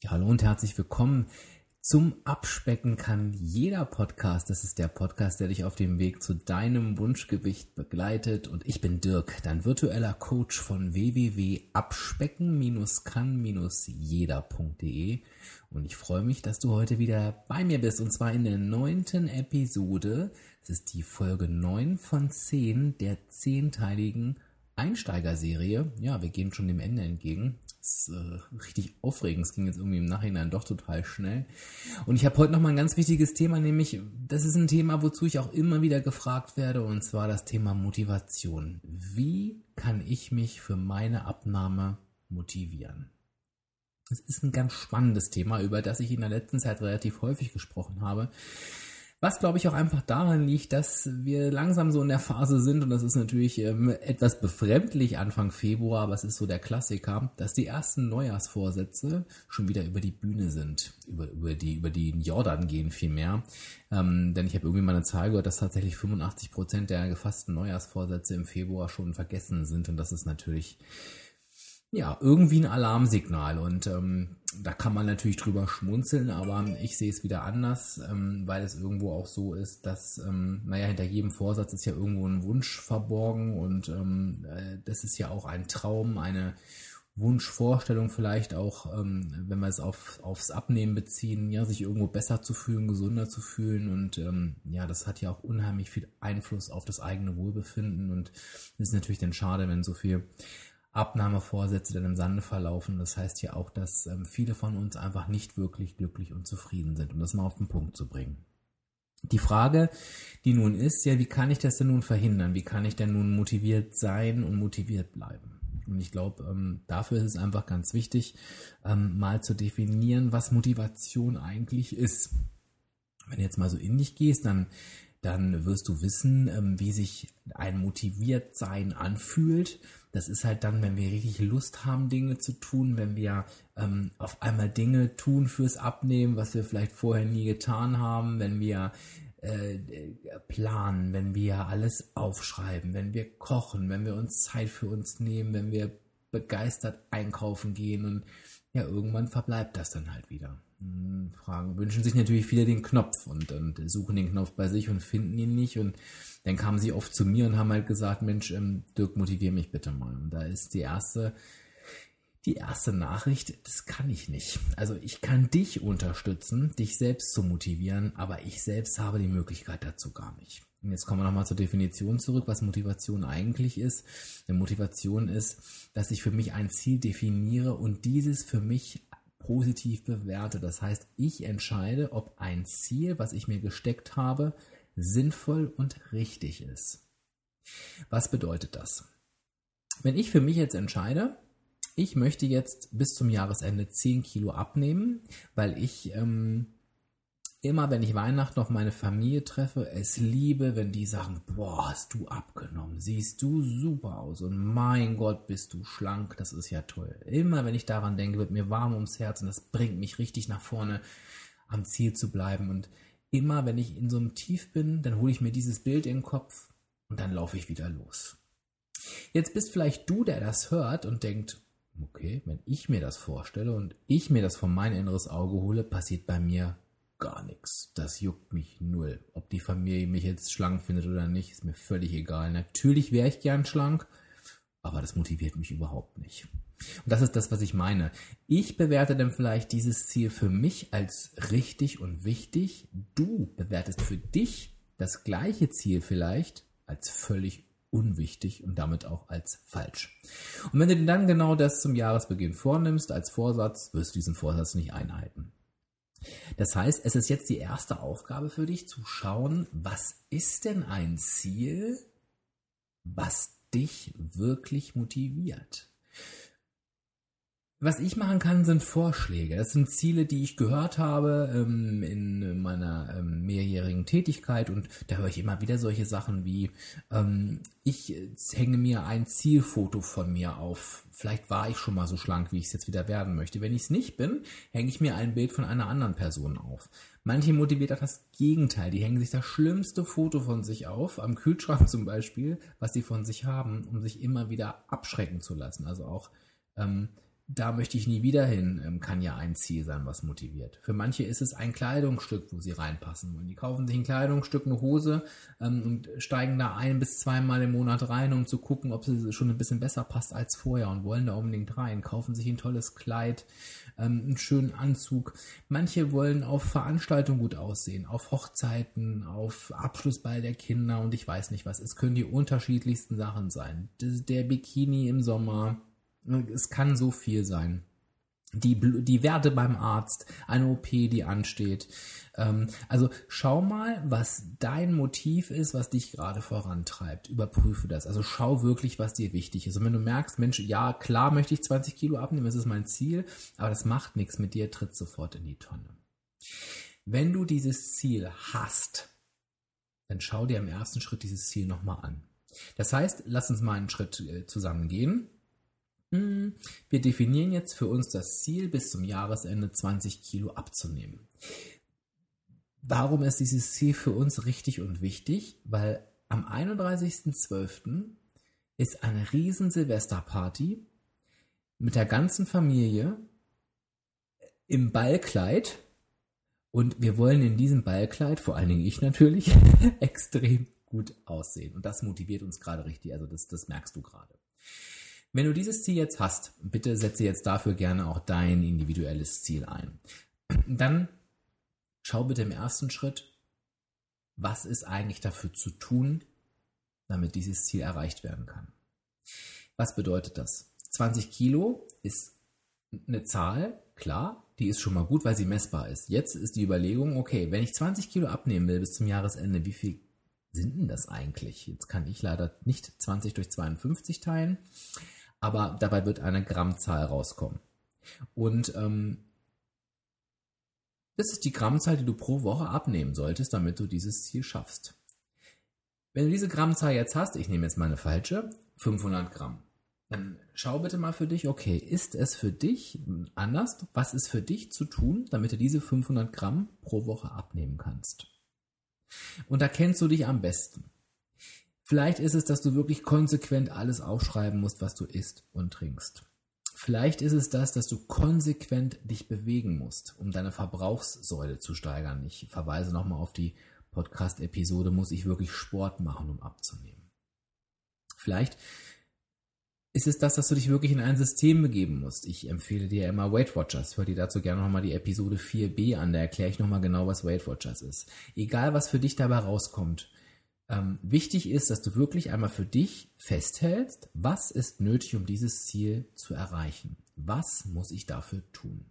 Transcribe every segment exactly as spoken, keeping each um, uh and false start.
Ja, hallo und herzlich willkommen zum Abspecken kann jeder Podcast. Das ist der Podcast, der dich auf dem Weg zu deinem Wunschgewicht begleitet. Und ich bin Dirk, dein virtueller Coach von w w w punkt abspecken kann jeder punkt de. Und ich freue mich, dass du heute wieder bei mir bist. Und zwar in der neunten Episode. Das ist die Folge neun von zehn der zehnteiligen Einsteigerserie. Ja, wir gehen schon dem Ende entgegen. Das ist äh, richtig aufregend. Es ging jetzt irgendwie im Nachhinein doch total schnell. Und ich habe heute nochmal ein ganz wichtiges Thema, nämlich, das ist ein Thema, wozu ich auch immer wieder gefragt werde, und zwar das Thema Motivation. Wie kann ich mich für meine Abnahme motivieren? Das ist ein ganz spannendes Thema, über das ich in der letzten Zeit relativ häufig gesprochen habe. Was, glaube ich, auch einfach daran liegt, dass wir langsam so in der Phase sind, und das ist natürlich ähm, etwas befremdlich Anfang Februar, aber es ist so der Klassiker, dass die ersten Neujahrsvorsätze schon wieder über die Bühne sind, über, über, die, über den Jordan gehen vielmehr. Ähm, denn ich habe irgendwie mal eine Zahl gehört, dass tatsächlich fünfundachtzig Prozent der gefassten Neujahrsvorsätze im Februar schon vergessen sind, und das ist natürlich ja irgendwie ein Alarmsignal, und ähm, da kann man natürlich drüber schmunzeln, aber ich sehe es wieder anders, ähm, weil es irgendwo auch so ist, dass, ähm, naja, hinter jedem Vorsatz ist ja irgendwo ein Wunsch verborgen, und ähm, äh, das ist ja auch ein Traum, eine Wunschvorstellung vielleicht auch, ähm, wenn wir es auf, aufs Abnehmen beziehen, ja, sich irgendwo besser zu fühlen, gesunder zu fühlen, und ähm, ja, das hat ja auch unheimlich viel Einfluss auf das eigene Wohlbefinden, und es ist natürlich dann schade, wenn so viel Abnahmevorsätze dann im Sande verlaufen. Das heißt ja auch, dass ähm, viele von uns einfach nicht wirklich glücklich und zufrieden sind, um das mal auf den Punkt zu bringen. Die Frage, die nun ist, ja, wie kann ich das denn nun verhindern? Wie kann ich denn nun motiviert sein und motiviert bleiben? Und ich glaube, ähm, dafür ist es einfach ganz wichtig, ähm, mal zu definieren, was Motivation eigentlich ist. Wenn du jetzt mal so in dich gehst, dann dann wirst du wissen, ähm, wie sich ein Motiviertsein anfühlt. Das ist halt dann, wenn wir richtig Lust haben, Dinge zu tun, wenn wir ähm, auf einmal Dinge tun fürs Abnehmen, was wir vielleicht vorher nie getan haben, wenn wir äh, planen, wenn wir alles aufschreiben, wenn wir kochen, wenn wir uns Zeit für uns nehmen, wenn wir begeistert einkaufen gehen, und ja, irgendwann verbleibt das dann halt wieder. Fragen, wünschen sich natürlich viele den Knopf und, und suchen den Knopf bei sich und finden ihn nicht, und dann kamen sie oft zu mir und haben halt gesagt, Mensch, ähm, Dirk, motivier mich bitte mal. Und da ist die erste, die erste Nachricht, das kann ich nicht. Also ich kann dich unterstützen, dich selbst zu motivieren, aber ich selbst habe die Möglichkeit dazu gar nicht. Und jetzt kommen wir nochmal zur Definition zurück, was Motivation eigentlich ist. Eine Motivation ist, dass ich für mich ein Ziel definiere und dieses für mich positiv bewerte. Das heißt, ich entscheide, ob ein Ziel, was ich mir gesteckt habe, sinnvoll und richtig ist. Was bedeutet das? Wenn ich für mich jetzt entscheide, ich möchte jetzt bis zum Jahresende zehn Kilo abnehmen, weil ich ähm, immer, wenn ich Weihnachten auf meine Familie treffe, es liebe, wenn die sagen, boah, hast du abgenommen, siehst du super aus und mein Gott, bist du schlank, das ist ja toll. Immer, wenn ich daran denke, wird mir warm ums Herz, und das bringt mich richtig nach vorne, am Ziel zu bleiben. Und immer, wenn ich in so einem Tief bin, dann hole ich mir dieses Bild in den Kopf und dann laufe ich wieder los. Jetzt bist vielleicht du, der das hört und denkt, okay, wenn ich mir das vorstelle und ich mir das vor mein inneres Auge hole, passiert bei mir gar nichts. Das juckt mich null. Ob die Familie mich jetzt schlank findet oder nicht, ist mir völlig egal. Natürlich wäre ich gern schlank, aber das motiviert mich überhaupt nicht. Und das ist das, was ich meine. Ich bewerte dann vielleicht dieses Ziel für mich als richtig und wichtig. Du bewertest für dich das gleiche Ziel vielleicht als völlig unwichtig und damit auch als falsch. Und wenn du dir dann genau das zum Jahresbeginn vornimmst als Vorsatz, wirst du diesen Vorsatz nicht einhalten. Das heißt, es ist jetzt die erste Aufgabe für dich, zu schauen, was ist denn ein Ziel, was dich wirklich motiviert. Was ich machen kann, sind Vorschläge. Das sind Ziele, die ich gehört habe ähm, in meiner ähm, mehrjährigen Tätigkeit, und da höre ich immer wieder solche Sachen wie, ähm, ich äh, hänge mir ein Zielfoto von mir auf. Vielleicht war ich schon mal so schlank, wie ich es jetzt wieder werden möchte. Wenn ich es nicht bin, hänge ich mir ein Bild von einer anderen Person auf. Manche motiviert auch das Gegenteil. Die hängen sich das schlimmste Foto von sich auf, am Kühlschrank zum Beispiel, was sie von sich haben, um sich immer wieder abschrecken zu lassen. Also auch ähm, da möchte ich nie wieder hin, kann ja ein Ziel sein, was motiviert. Für manche ist es ein Kleidungsstück, wo sie reinpassen wollen. Die kaufen sich ein Kleidungsstück, eine Hose ähm, und steigen da ein bis zweimal im Monat rein, um zu gucken, ob sie schon ein bisschen besser passt als vorher und wollen da unbedingt rein. Kaufen sich ein tolles Kleid, ähm, einen schönen Anzug. Manche wollen auf Veranstaltungen gut aussehen, auf Hochzeiten, auf Abschlussball der Kinder und ich weiß nicht was. Es können die unterschiedlichsten Sachen sein. Der Bikini im Sommer. Es kann so viel sein. Die, die Werte beim Arzt, eine O P, die ansteht. Ähm, also schau mal, was dein Motiv ist, was dich gerade vorantreibt. Überprüfe das. Also schau wirklich, was dir wichtig ist. Und wenn du merkst, Mensch, ja, klar möchte ich zwanzig Kilo abnehmen, das ist mein Ziel, aber das macht nichts mit dir, tritt sofort in die Tonne. Wenn du dieses Ziel hast, dann schau dir im ersten Schritt dieses Ziel nochmal an. Das heißt, lass uns mal einen Schritt äh, zusammen gehen. Wir definieren jetzt für uns das Ziel, bis zum Jahresende zwanzig Kilo abzunehmen. Warum ist dieses Ziel für uns richtig und wichtig? Weil am einunddreißigsten zwölften ist eine riesen Silvesterparty mit der ganzen Familie im Ballkleid und wir wollen in diesem Ballkleid, vor allen Dingen ich natürlich, extrem gut aussehen. Und das motiviert uns gerade richtig, also das, das merkst du gerade. Wenn du dieses Ziel jetzt hast, bitte setze jetzt dafür gerne auch dein individuelles Ziel ein. Dann schau bitte im ersten Schritt, was ist eigentlich dafür zu tun, damit dieses Ziel erreicht werden kann. Was bedeutet das? zwanzig Kilo ist eine Zahl, klar, die ist schon mal gut, weil sie messbar ist. Jetzt ist die Überlegung, okay, wenn ich zwanzig Kilo abnehmen will bis zum Jahresende, wie viel sind denn das eigentlich? Jetzt kann ich leider nicht zwanzig durch zweiundfünfzig teilen. Aber dabei wird eine Grammzahl rauskommen. Und ähm, das ist die Grammzahl, die du pro Woche abnehmen solltest, damit du dieses Ziel schaffst. Wenn du diese Grammzahl jetzt hast, ich nehme jetzt mal eine falsche, fünfhundert Gramm, dann schau bitte mal für dich, okay, ist es für dich anders? Was ist für dich zu tun, damit du diese fünfhundert Gramm pro Woche abnehmen kannst? Und da kennst du dich am besten. Vielleicht ist es, dass du wirklich konsequent alles aufschreiben musst, was du isst und trinkst. Vielleicht ist es das, dass du konsequent dich bewegen musst, um deine Verbrauchssäule zu steigern. Ich verweise nochmal auf die Podcast-Episode, muss ich wirklich Sport machen, um abzunehmen. Vielleicht ist es das, dass du dich wirklich in ein System begeben musst. Ich empfehle dir immer Weight Watchers. Hör dir dazu gerne nochmal die Episode vier b an, da erkläre ich nochmal genau, was Weight Watchers ist. Egal, was für dich dabei rauskommt, Ähm, wichtig ist, dass du wirklich einmal für dich festhältst, was ist nötig, um dieses Ziel zu erreichen. Was muss ich dafür tun?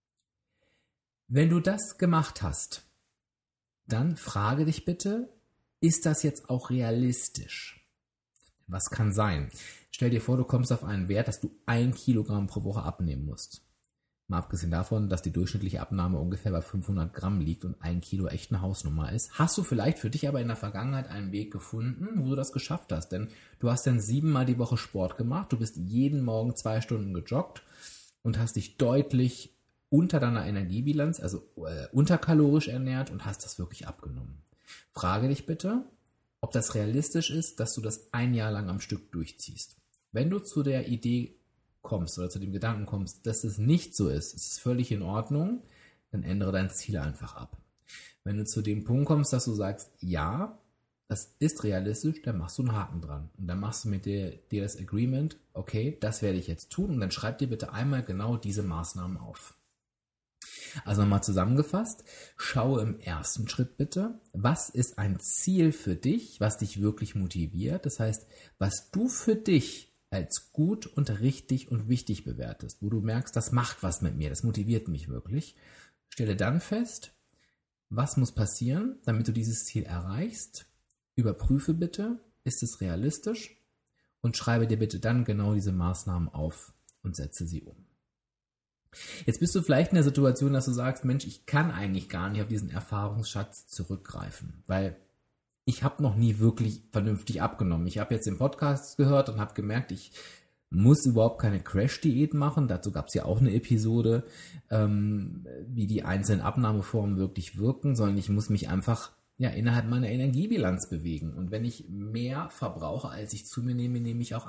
Wenn du das gemacht hast, dann frage dich bitte, ist das jetzt auch realistisch? Was kann sein? Stell dir vor, du kommst auf einen Wert, dass du ein Kilogramm pro Woche abnehmen musst. Mal abgesehen davon, dass die durchschnittliche Abnahme ungefähr bei fünfhundert Gramm liegt und ein Kilo echt eine Hausnummer ist, hast du vielleicht für dich aber in der Vergangenheit einen Weg gefunden, wo du das geschafft hast. Denn du hast dann siebenmal die Woche Sport gemacht, du bist jeden Morgen zwei Stunden gejoggt und hast dich deutlich unter deiner Energiebilanz, also äh, unterkalorisch ernährt und hast das wirklich abgenommen. Frage dich bitte, ob das realistisch ist, dass du das ein Jahr lang am Stück durchziehst. Wenn du zu der Idee kommst oder zu dem Gedanken kommst, dass es nicht so ist, es ist völlig in Ordnung, dann ändere dein Ziel einfach ab. Wenn du zu dem Punkt kommst, dass du sagst, ja, das ist realistisch, dann machst du einen Haken dran. Und dann machst du mit dir, dir das Agreement, okay, das werde ich jetzt tun und dann schreib dir bitte einmal genau diese Maßnahmen auf. Also nochmal zusammengefasst, schaue im ersten Schritt bitte, was ist ein Ziel für dich, was dich wirklich motiviert, das heißt, was du für dich als gut und richtig und wichtig bewertest, wo du merkst, das macht was mit mir, das motiviert mich wirklich. Stelle dann fest, was muss passieren, damit du dieses Ziel erreichst. Überprüfe bitte, ist es realistisch und schreibe dir bitte dann genau diese Maßnahmen auf und setze sie um. Jetzt bist du vielleicht in der Situation, dass du sagst, Mensch, ich kann eigentlich gar nicht auf diesen Erfahrungsschatz zurückgreifen, weil ich habe noch nie wirklich vernünftig abgenommen. Ich habe jetzt den Podcast gehört und habe gemerkt, ich muss überhaupt keine Crash-Diät machen. Dazu gab es ja auch eine Episode, ähm, wie die einzelnen Abnahmeformen wirklich wirken, sondern ich muss mich einfach ja innerhalb meiner Energiebilanz bewegen. Und wenn ich mehr verbrauche, als ich zu mir nehme, nehme ich auch ab.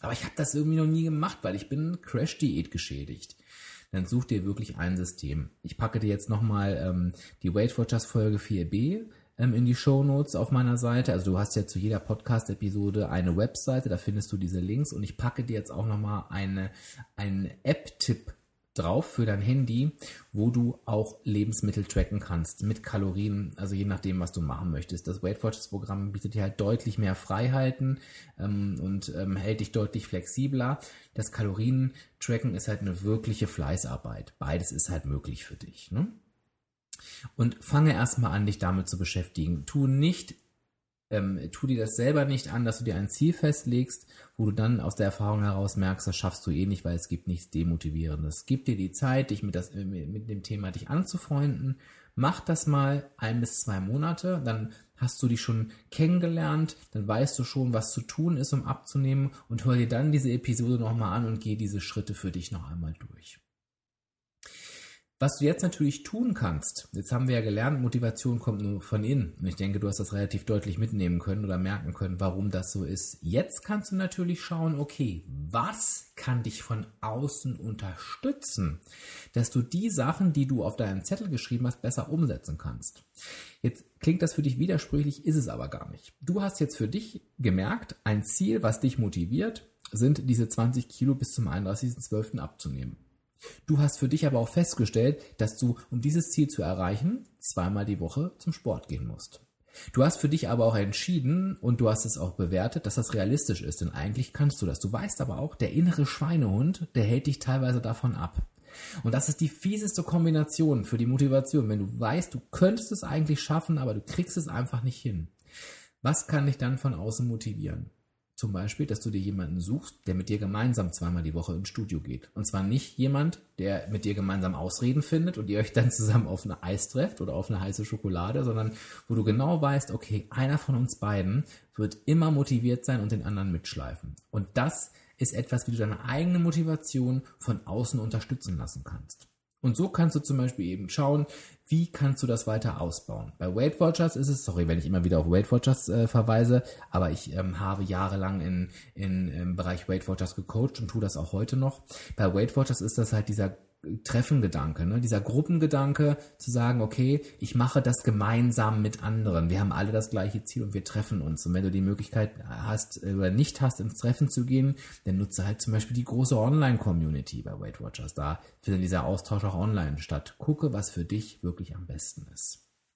Aber ich habe das irgendwie noch nie gemacht, weil ich bin Crash-Diät geschädigt. Dann such dir wirklich ein System. Ich packe dir jetzt nochmal ähm, die Weight Watchers Folge vier b ähm, in die Shownotes auf meiner Seite. Also du hast ja zu jeder Podcast-Episode eine Webseite, da findest du diese Links. Und ich packe dir jetzt auch nochmal eine, einen App-Tipp drauf für dein Handy, wo du auch Lebensmittel tracken kannst mit Kalorien, also je nachdem, was du machen möchtest. Das Weight Watchers Programm bietet dir halt deutlich mehr Freiheiten ähm, und ähm, hält dich deutlich flexibler. Das Kalorien-Tracken ist halt eine wirkliche Fleißarbeit. Beides ist halt möglich für dich, ne? Und fange erstmal an, dich damit zu beschäftigen. Tu nicht Ähm, tu dir das selber nicht an, dass du dir ein Ziel festlegst, wo du dann aus der Erfahrung heraus merkst, das schaffst du eh nicht, weil es gibt nichts Demotivierendes. Gib dir die Zeit, dich mit, das, mit dem Thema dich anzufreunden. Mach das mal ein bis zwei Monate, dann hast du dich schon kennengelernt, dann weißt du schon, was zu tun ist, um abzunehmen, und hör dir dann diese Episode nochmal an und geh diese Schritte für dich noch einmal durch. Was du jetzt natürlich tun kannst, jetzt haben wir ja gelernt, Motivation kommt nur von innen. Und ich denke, du hast das relativ deutlich mitnehmen können oder merken können, warum das so ist. Jetzt kannst du natürlich schauen, okay, was kann dich von außen unterstützen, dass du die Sachen, die du auf deinen Zettel geschrieben hast, besser umsetzen kannst. Jetzt klingt das für dich widersprüchlich, ist es aber gar nicht. Du hast jetzt für dich gemerkt, ein Ziel, was dich motiviert, sind diese zwanzig Kilo bis zum einunddreißigsten zwölften abzunehmen. Du hast für dich aber auch festgestellt, dass du, um dieses Ziel zu erreichen, zweimal die Woche zum Sport gehen musst. Du hast für dich aber auch entschieden und du hast es auch bewertet, dass das realistisch ist, denn eigentlich kannst du das. Du weißt aber auch, der innere Schweinehund, der hält dich teilweise davon ab. Und das ist die fieseste Kombination für die Motivation, wenn du weißt, du könntest es eigentlich schaffen, aber du kriegst es einfach nicht hin. Was kann dich dann von außen motivieren? Zum Beispiel, dass du dir jemanden suchst, der mit dir gemeinsam zweimal die Woche ins Studio geht. Und zwar nicht jemand, der mit dir gemeinsam Ausreden findet und ihr euch dann zusammen auf eine Eis trefft oder auf eine heiße Schokolade, sondern wo du genau weißt, okay, einer von uns beiden wird immer motiviert sein und den anderen mitschleifen. Und das ist etwas, wie du deine eigene Motivation von außen unterstützen lassen kannst. Und so kannst du zum Beispiel eben schauen, wie kannst du das weiter ausbauen. Bei Weight Watchers ist es, sorry, wenn ich immer wieder auf Weight Watchers äh, verweise, aber ich ähm, habe jahrelang in, in, im Bereich Weight Watchers gecoacht und tue das auch heute noch. Bei Weight Watchers ist das halt dieser Treffengedanke, ne? Dieser Gruppengedanke, zu sagen, okay, ich mache das gemeinsam mit anderen. Wir haben alle das gleiche Ziel und wir treffen uns. Und wenn du die Möglichkeit hast oder nicht hast, ins Treffen zu gehen, dann nutze halt zum Beispiel die große Online-Community bei Weight Watchers. Da findet dieser Austausch auch online statt. Gucke, was für dich wirklich am besten ist.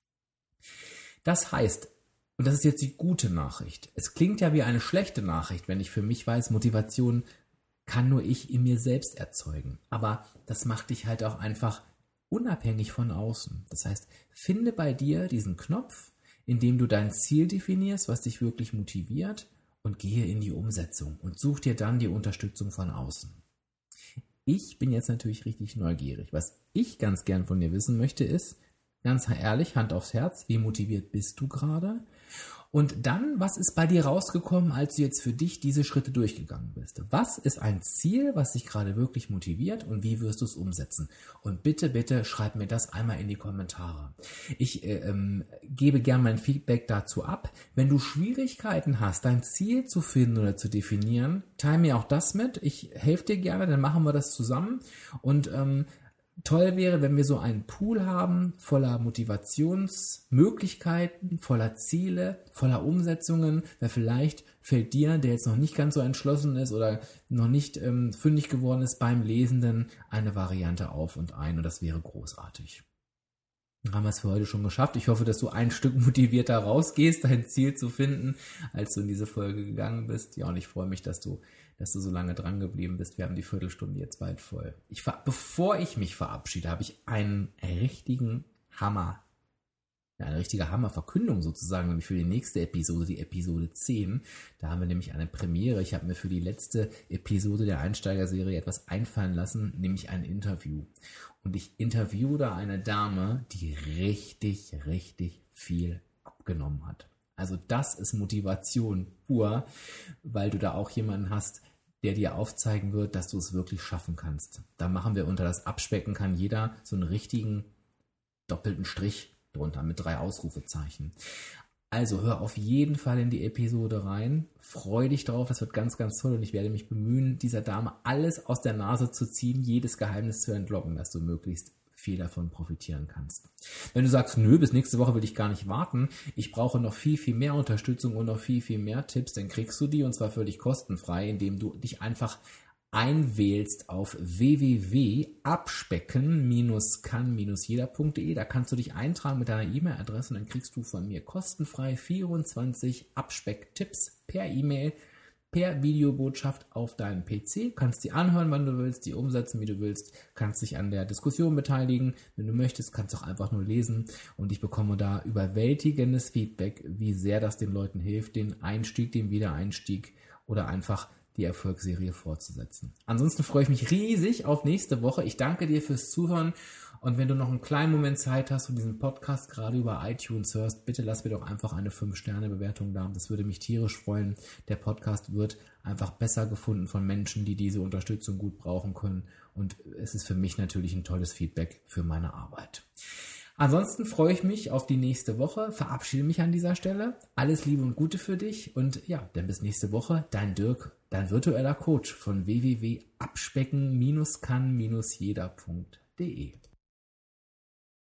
Das heißt, und das ist jetzt die gute Nachricht, es klingt ja wie eine schlechte Nachricht, wenn ich für mich weiß, Motivation kann nur ich in mir selbst erzeugen. Aber das macht dich halt auch einfach unabhängig von außen. Das heißt, finde bei dir diesen Knopf, in dem du dein Ziel definierst, was dich wirklich motiviert, und gehe in die Umsetzung und such dir dann die Unterstützung von außen. Ich bin jetzt natürlich richtig neugierig. Was ich ganz gern von dir wissen möchte ist, ganz ehrlich, Hand aufs Herz, wie motiviert bist du gerade? Und dann, was ist bei dir rausgekommen, als du jetzt für dich diese Schritte durchgegangen bist? Was ist ein Ziel, was dich gerade wirklich motiviert, und wie wirst du es umsetzen? Und bitte, bitte schreib mir das einmal in die Kommentare. Ich äh, ähm, gebe gern mein Feedback dazu ab. Wenn du Schwierigkeiten hast, dein Ziel zu finden oder zu definieren, teile mir auch das mit. Ich helfe dir gerne, dann machen wir das zusammen. Und ähm, toll wäre, wenn wir so einen Pool haben, voller Motivationsmöglichkeiten, voller Ziele, voller Umsetzungen, weil vielleicht fällt dir, der jetzt noch nicht ganz so entschlossen ist oder noch nicht ähm, fündig geworden ist beim Lesenden, eine Variante auf und ein, und das wäre großartig. Dann haben wir es für heute schon geschafft. Ich hoffe, dass du ein Stück motivierter rausgehst, dein Ziel zu finden, als du in diese Folge gegangen bist. Ja, und ich freue mich, dass du dass du so lange dran geblieben bist. Wir haben die Viertelstunde jetzt bald voll. Ich, bevor ich mich verabschiede, habe ich einen richtigen Hammer, ja, eine richtige Hammerverkündung sozusagen, nämlich für die nächste Episode, die Episode zehn. Da haben wir nämlich eine Premiere. Ich habe mir für die letzte Episode der Einsteigerserie etwas einfallen lassen, nämlich ein Interview. Und ich interviewe da eine Dame, die richtig, richtig viel abgenommen hat. Also das ist Motivation pur, weil du da auch jemanden hast, der dir aufzeigen wird, dass du es wirklich schaffen kannst. Da machen wir unter das Abspecken kann jeder so einen richtigen doppelten Strich drunter mit drei Ausrufezeichen. Also hör auf jeden Fall in die Episode rein. Freu dich drauf, das wird ganz, ganz toll und ich werde mich bemühen, dieser Dame alles aus der Nase zu ziehen, jedes Geheimnis zu entlocken, dass du möglichst viel davon profitieren kannst. Wenn du sagst, nö, bis nächste Woche will ich gar nicht warten, ich brauche noch viel, viel mehr Unterstützung und noch viel, viel mehr Tipps, dann kriegst du die und zwar völlig kostenfrei, indem du dich einfach einwählst auf w w w punkt abspecken kann jeder punkt de. Da kannst du dich eintragen mit deiner E-Mail-Adresse und dann kriegst du von mir kostenfrei vierundzwanzig Abspeck-Tipps per E-Mail, per Videobotschaft auf deinen P C. Kannst die anhören, wann du willst, die umsetzen, wie du willst, kannst dich an der Diskussion beteiligen. Wenn du möchtest, kannst du auch einfach nur lesen und ich bekomme da überwältigendes Feedback, wie sehr das den Leuten hilft, den Einstieg, den Wiedereinstieg oder einfach die Erfolgsserie fortzusetzen. Ansonsten freue ich mich riesig auf nächste Woche. Ich danke dir fürs Zuhören und wenn du noch einen kleinen Moment Zeit hast und diesen Podcast gerade über iTunes hörst, bitte lass mir doch einfach eine fünf Sterne Bewertung da. Das würde mich tierisch freuen. Der Podcast wird einfach besser gefunden von Menschen, die diese Unterstützung gut brauchen können und es ist für mich natürlich ein tolles Feedback für meine Arbeit. Ansonsten freue ich mich auf die nächste Woche, verabschiede mich an dieser Stelle. Alles Liebe und Gute für dich und ja, dann bis nächste Woche. Dein Dirk, dein virtueller Coach von w w w punkt abspecken kann jeder punkt de.